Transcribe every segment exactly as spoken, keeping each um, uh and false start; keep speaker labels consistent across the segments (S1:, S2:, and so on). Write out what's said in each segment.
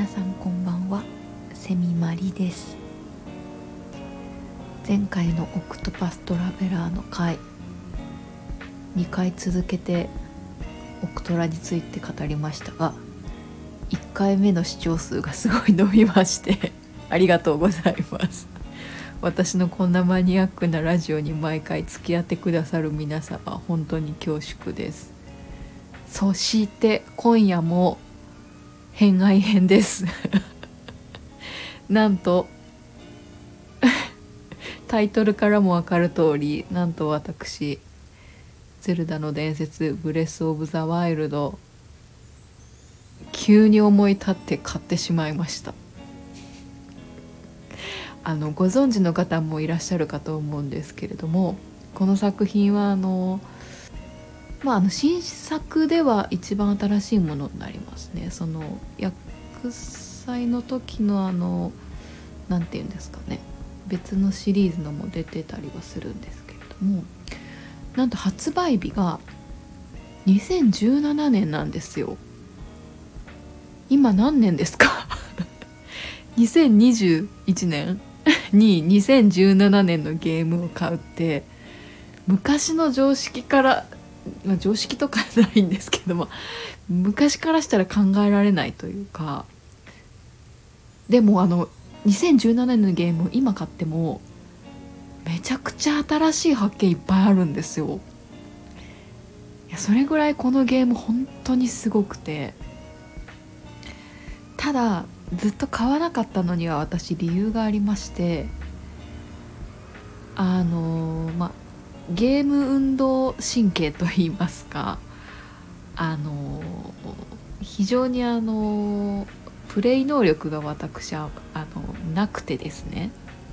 S1: 皆さんこんばんは、セミマリです。前回のオクトパストラベラーの回、にかい続けてオクトラについて語りましたが、いっかいめの視聴数がすごい伸びましてありがとうございます。私のこんなマニアックなラジオに毎回付き合ってくださる皆様、本当に恐縮です。そして今夜も編外編ですなんとタイトルからも分かる通り、なんと私ゼルダの伝説ブレスオブザワイルド、急に思い立って買ってしまいました。あのご存知の方もいらっしゃるかと思うんですけれども、この作品はあのまあ、あの新作では一番新しいものになりますね。その薬剤の時のあのなんていうんですかね、別のシリーズのも出てたりはするんですけれども、なんと発売日がにせんじゅうななねんなんですよ。今何年ですかにせんにじゅういちねんににせんじゅうななねんのゲームを買うって、昔の常識からまあ、常識とかないんですけども、昔からしたら考えられないというか、でもあのにせんじゅうななねんのゲームを今買ってもめちゃくちゃ新しい発見いっぱいあるんですよ。いや、それぐらいこのゲーム本当にすごくて、ただずっと買わなかったのには私理由がありまして、あのまあゲーム運動神経といいますか、あの非常にあのプレイ能力が私はあのなくてですね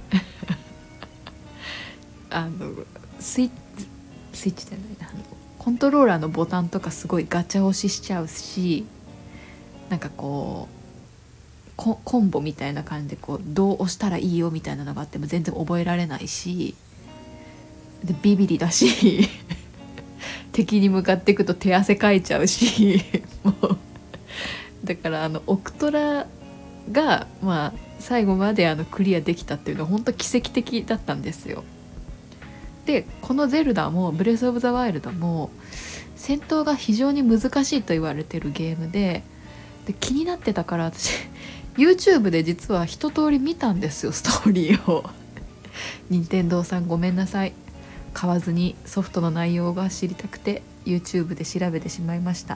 S1: あのスイッチスイッチじゃないなあのコントローラーのボタンとかすごいガチャ押ししちゃうし、なんかこうコ、コンボみたいな感じでこうどう押したらいいよみたいなのがあっても全然覚えられないし、でビビリだし敵に向かっていくと手汗かいちゃうしもうだからあのオクトラが、まあ、最後まであのクリアできたっていうのは本当奇跡的だったんですよ。でこのゼルダもブレスオブザワイルドも戦闘が非常に難しいと言われてるゲームで、で気になってたから私YouTube で実は一通り見たんですよ、ストーリーを任天堂さんごめんなさい、買わずにソフトの内容が知りたくて YouTube で調べてしまいました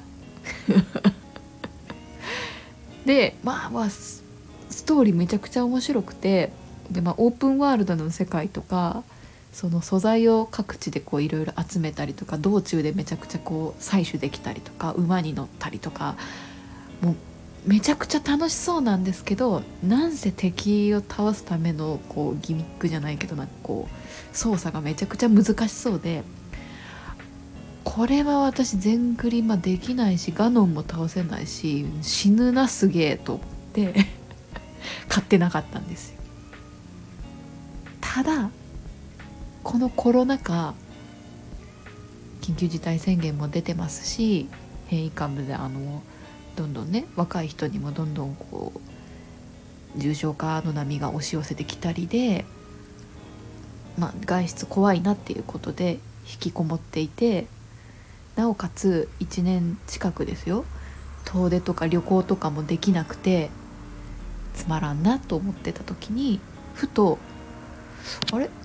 S1: でまあまあストーリーめちゃくちゃ面白くて、で、まあ、オープンワールドの世界とか、その素材を各地でこういろいろ集めたりとか、道中でめちゃくちゃこう採取できたりとか、馬に乗ったりとか、もうめちゃくちゃ楽しそうなんですけど、なんせ敵を倒すためのこうギミックじゃないけど、なんかこう操作がめちゃくちゃ難しそうで、これは私全クリまできないし、ガノンも倒せないし死ぬなすげえと思って買ってなかったんですよ。ただこのコロナ禍、緊急事態宣言も出てますし、変異株であのどんどんね若い人にもどんどんこう重症化の波が押し寄せてきたりで、まあ、外出怖いなっていうことで引きこもっていて、なおかついちねん近くですよ、遠出とか旅行とかもできなくてつまらんなと思ってた時に、ふとあれ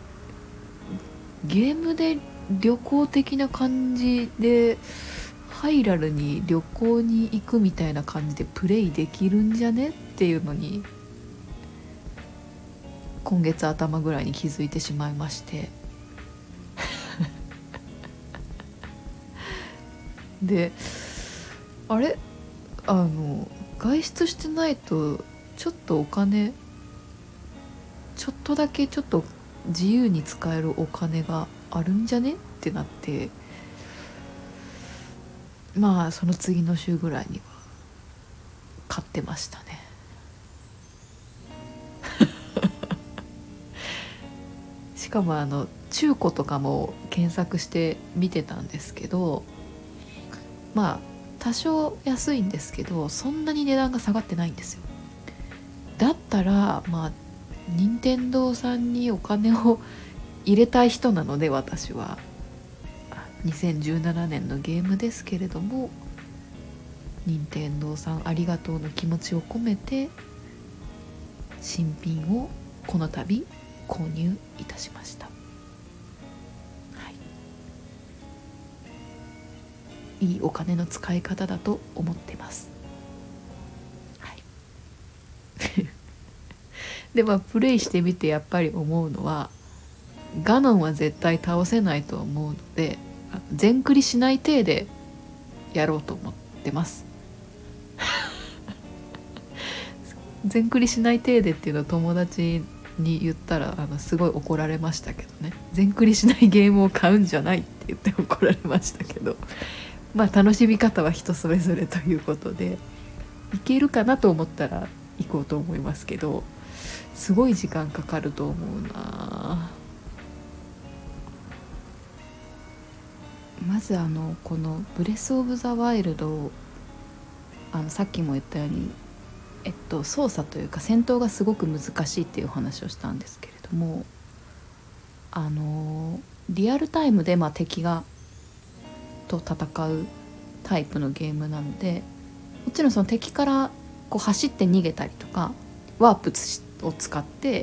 S1: ゲームで旅行的な感じでハイラルに旅行に行くみたいな感じでプレイできるんじゃねっていうのに今月頭ぐらいに気づいてしまいましてであれあの外出してないとちょっとお金ちょっとだけちょっと自由に使えるお金があるんじゃねってなって、まあその次の週ぐらいには買ってましたねしかもあの中古とかも検索して見てたんですけど、まあ多少安いんですけどそんなに値段が下がってないんですよ。だったらまあ任天堂さんにお金を入れたい人なので、私はにせんじゅうななねんのゲームですけれども、任天堂さんありがとうの気持ちを込めて新品をこの度購入いたしました。はい、いいお金の使い方だと思ってます。はいでまあプレイしてみてやっぱり思うのは、ガノンは絶対倒せないと思うので、全クリしない体でやろうと思ってます全クリしない体でっていうのを友達に言ったらあのすごい怒られましたけどね。全クリしないゲームを買うんじゃないって言って怒られましたけど、まあ楽しみ方は人それぞれということで、いけるかなと思ったら行こうと思いますけど、すごい時間かかると思うな。まずあのこのブレスオブザワイルド、あのさっきも言ったようにえっと操作というか戦闘がすごく難しいっていう話をしたんですけれども、あのリアルタイムでまあ敵がと戦うタイプのゲームなので、もちろんその敵からこう走って逃げたりとかワープを使って、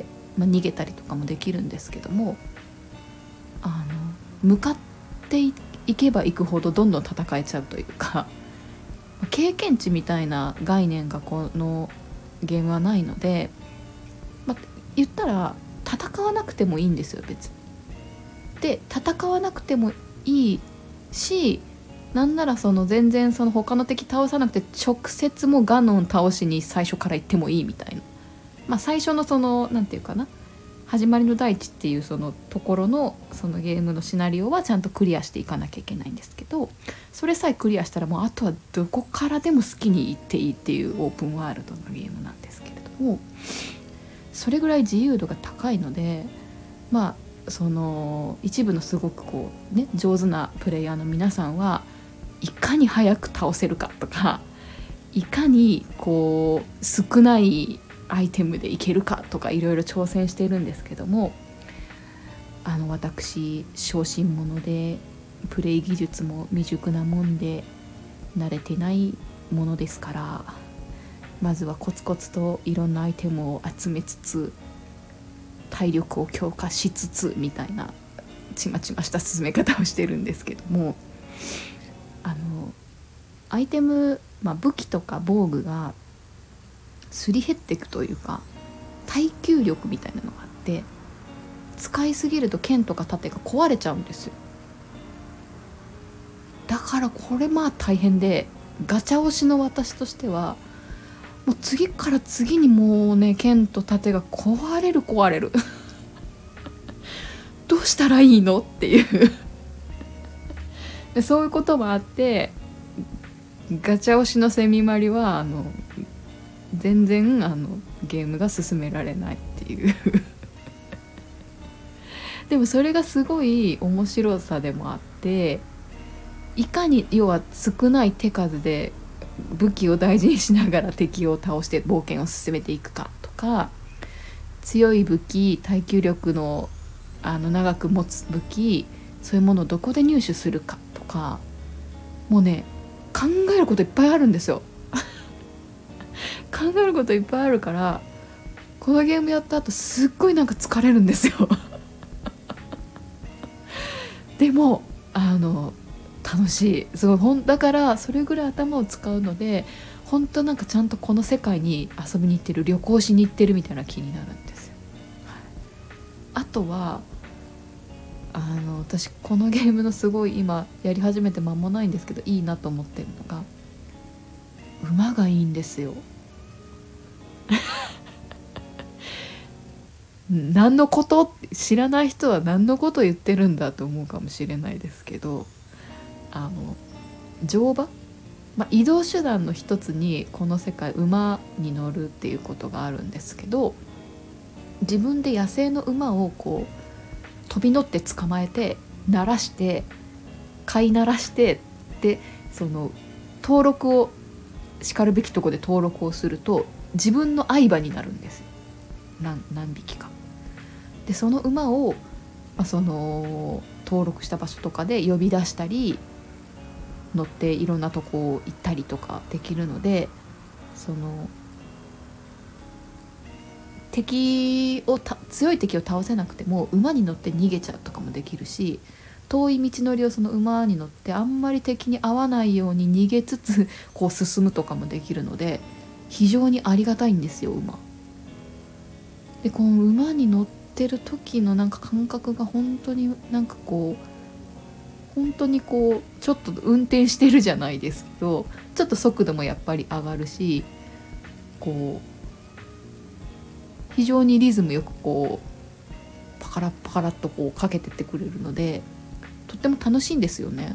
S1: まあ、逃げたりとかもできるんですけども、あの向かっていけば行くほどどんどん戦えちゃうというか、経験値みたいな概念がこのゲームはないので、まあ、言ったら戦わなくてもいいんですよ別に。で戦わなくてもいいし、なんならその全然その他の敵倒さなくて直接もガノン倒しに最初から行ってもいいみたいな、まあ最初のそのなんていうかな、始まりの大地っていうそのところのそのゲームのシナリオはちゃんとクリアしていかなきゃいけないんですけど、それさえクリアしたらもうあとはどこからでも好きに行っていいっていうオープンワールドのゲームなんですけれども、それぐらい自由度が高いので、まあその一部のすごくこうね上手なプレイヤーの皆さんはいかに早く倒せるかとか、いかにこう少ないアイテムでいけるかとかいろいろ挑戦しているんですけども、あの私小心者でプレイ技術も未熟なもんで慣れてないものですから、まずはコツコツといろんなアイテムを集めつつ体力を強化しつつみたいなちまちました進め方をしてるんですけども、あのアイテム、まあ、武器とか防具がすり減っていくというか耐久力みたいなのがあって、使いすぎると剣とか盾が壊れちゃうんですよ。だからこれまあ大変で、ガチャ押しの私としてはもう次から次にもうね剣と盾が壊れる壊れるどうしたらいいのっていうでそういうこともあって、ガチャ押しのセミマリはあの全然あのゲームが進められないっていうでもそれがすごい面白さでもあって、いかに要は少ない手数で武器を大事にしながら敵を倒して冒険を進めていくかとか、強い武器、耐久力の、あの長く持つ武器、そういうものをどこで入手するかとか、もうね考えることいっぱいあるんですよ考えることいっぱいあるから、このゲームやった後すっごいなんか疲れるんですよでもあの楽しい、すごいほんだからそれぐらい頭を使うので、本当なんかちゃんとこの世界に遊びに行ってる、旅行しに行ってるみたいな気になるんですよ。あとはあの私このゲームのすごい今やり始めて間もないんですけどいいなと思ってるのが、馬がいいんですよ何のこと、知らない人は何のこと言ってるんだと思うかもしれないですけど、あの乗馬、まあ、移動手段の一つにこの世界馬に乗るっていうことがあるんですけど、自分で野生の馬をこう飛び乗って捕まえて鳴らして飼い鳴らして、でその登録をしかるべきとこで登録をすると自分の愛馬になるんですよ。 何, 何匹かでその馬を、まあ、その登録した場所とかで呼び出したり乗っていろんなとこ行ったりとかできるので、その敵をた強い敵を倒せなくても馬に乗って逃げちゃうとかもできるし、遠い道のりをその馬に乗ってあんまり敵に合わないように逃げつつこう進むとかもできるので非常にありがたいんですよ馬で。この馬に乗ってる時のなんか感覚が本当になんかこう本当にこうちょっと運転してるじゃないですけど、ちょっと速度もやっぱり上がるし、こう非常にリズムよくこうパカラッパカラッとこうかけてってくれるのでとっても楽しいんですよね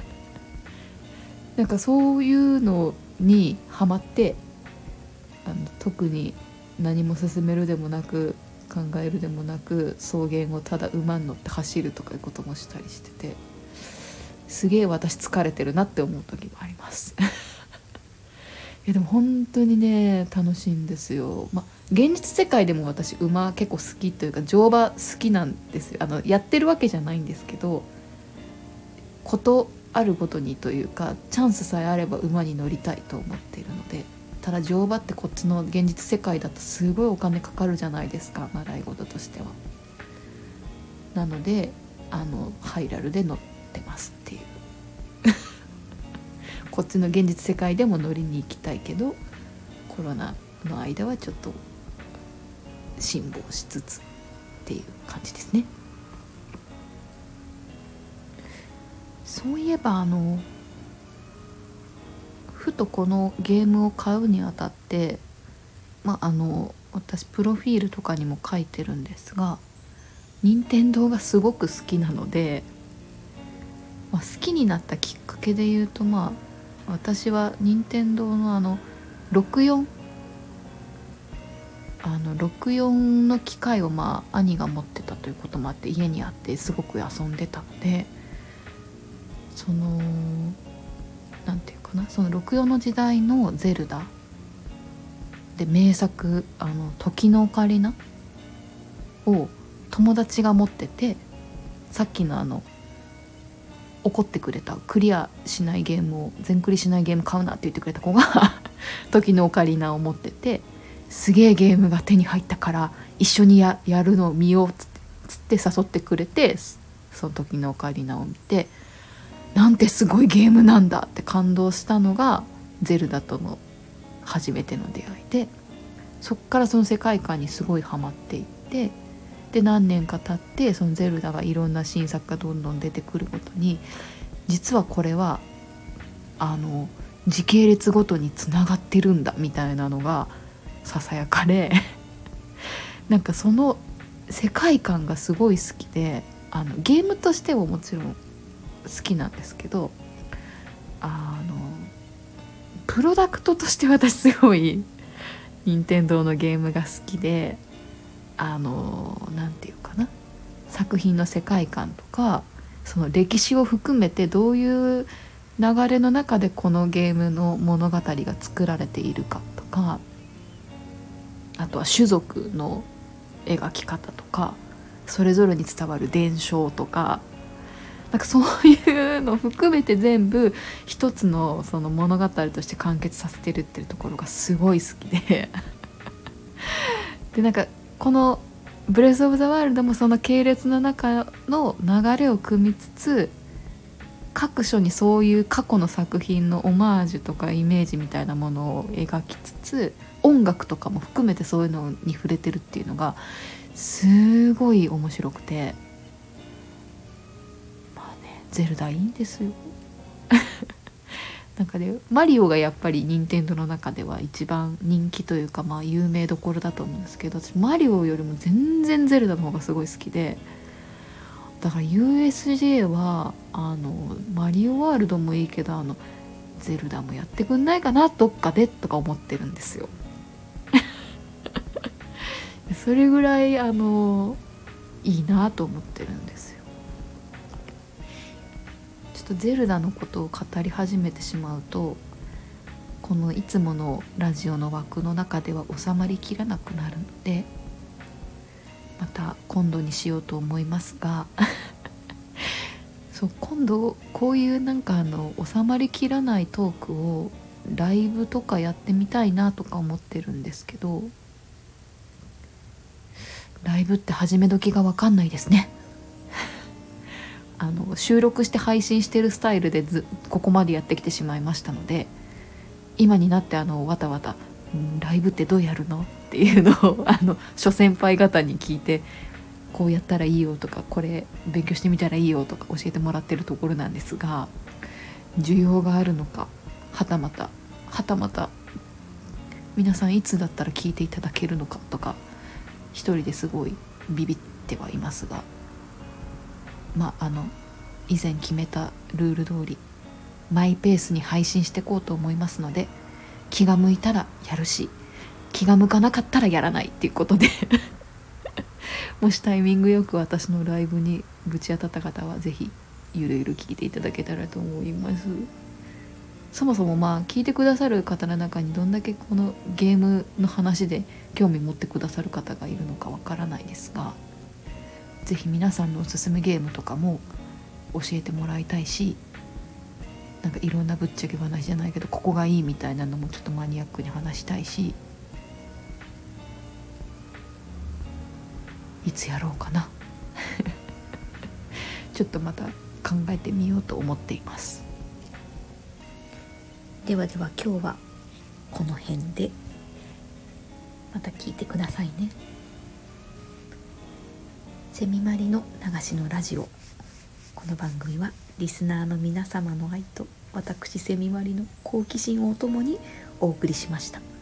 S1: なんかそういうのにハマって、あの特に何も進めるでもなく考えるでもなく草原をただ馬に乗って走るとかいうこともしたりしてて、すげえ私疲れてるなって思う時もありますいやでも本当にね楽しいんですよ。まあ現実世界でも私馬結構好きというか乗馬好きなんですよ。あのやってるわけじゃないんですけど、ことあるごとにというかチャンスさえあれば馬に乗りたいと思っているので、ただ乗馬ってこっちの現実世界だとすごいお金かかるじゃないですか、習い事としては。なのであのハイラルで乗ってますっていうこっちの現実世界でも乗りに行きたいけどコロナの間はちょっと辛抱しつつっていう感じですね。そういえばあのふとこのゲームを買うにあたって、まああの私プロフィールとかにも書いてるんですが、任天堂がすごく好きなので、まあ、好きになったきっかけで言うと、まあ私は任天堂のあのろくじゅうよんあのろくじゅうよんの機械をまあ兄が持ってたということもあって家にあってすごく遊んでたので、そのなんていうかな、そのろくじゅうよんの時代のゼルダで名作あの時のオカリナを友達が持ってて、さっきのあの怒ってくれたクリアしないゲームを全クリしないゲーム買うなって言ってくれた子が時のオカリナを持ってて、すげえゲームが手に入ったから一緒に や, やるのを見ようっつってつって誘ってくれて、その時のオカリナを見てなんてすごいゲームなんだって感動したのがゼルダとの初めての出会いで、そっからその世界観にすごいハマっていって、で何年か経ってそのゼルダがいろんな新作がどんどん出てくるごとに実はこれはあの時系列ごとにつながってるんだみたいなのがささやかれなんかその世界観がすごい好きで、あのゲームとしてももちろん好きなんですけど、あのプロダクトとして私すごい任天堂のゲームが好きで、あのなんていうかな、作品の世界観とかその歴史を含めてどういう流れの中でこのゲームの物語が作られているかとか、あとは種族の描き方とかそれぞれに伝わる伝承とか、なんかそういうのを含めて全部一つのその物語として完結させてるっていうところがすごい好きででなんかこのブレスオブザワールドもその系列の中の流れを組みつつ、各所にそういう過去の作品のオマージュとかイメージみたいなものを描きつつ、音楽とかも含めてそういうのに触れてるっていうのがすごい面白くて、まあねゼルダいいんですよなんかねマリオがやっぱり任天堂の中では一番人気というか、まあ有名どころだと思うんですけど、私マリオよりも全然ゼルダの方がすごい好きで、だから ユーエスジェー はあのマリオワールドもいいけどあのゼルダもやってくんないかなどっかでとか思ってるんですよそれぐらいあのいいなと思ってるんですよ。ちょっとゼルダのことを語り始めてしまうと、このいつものラジオの枠の中では収まりきらなくなるので、また今度にしようと思いますがそう今度こういうなんかあの収まりきらないトークをライブとかやってみたいなとか思ってるんですけど、ライブって始め時が分かんないですねあの収録して配信してるスタイルでずここまでやってきてしまいましたので、今になってあのわたわた、んライブってどうやるのっていうのをあの諸先輩方に聞いて、こうやったらいいよとか、これ勉強してみたらいいよとか教えてもらってるところなんですが、需要があるのか、はたまたはたまた皆さんいつだったら聞いていただけるのかとか、一人ですごいビビってはいますが、まああの以前決めたルール通りマイペースに配信していこうと思いますので、気が向いたらやるし、気が向かなかったらやらないっていうことでもしタイミングよく私のライブにぶち当たった方はぜひゆるゆる聞いていただけたらと思います。そもそもまあ聞いてくださる方の中にどんだけこのゲームの話で興味持ってくださる方がいるのかわからないですが、ぜひ皆さんのおすすめゲームとかも教えてもらいたいし、なんかいろんなぶっちゃけ話じゃないけどここがいいみたいなのもちょっとマニアックに話したいし、いつやろうかなちょっとまた考えてみようと思っています。ではでは今日はこの辺で、また聞いてくださいね。セミマリの流しのラジオ、この番組はリスナーの皆様の愛と私セミマリの好奇心をともにお送りしました。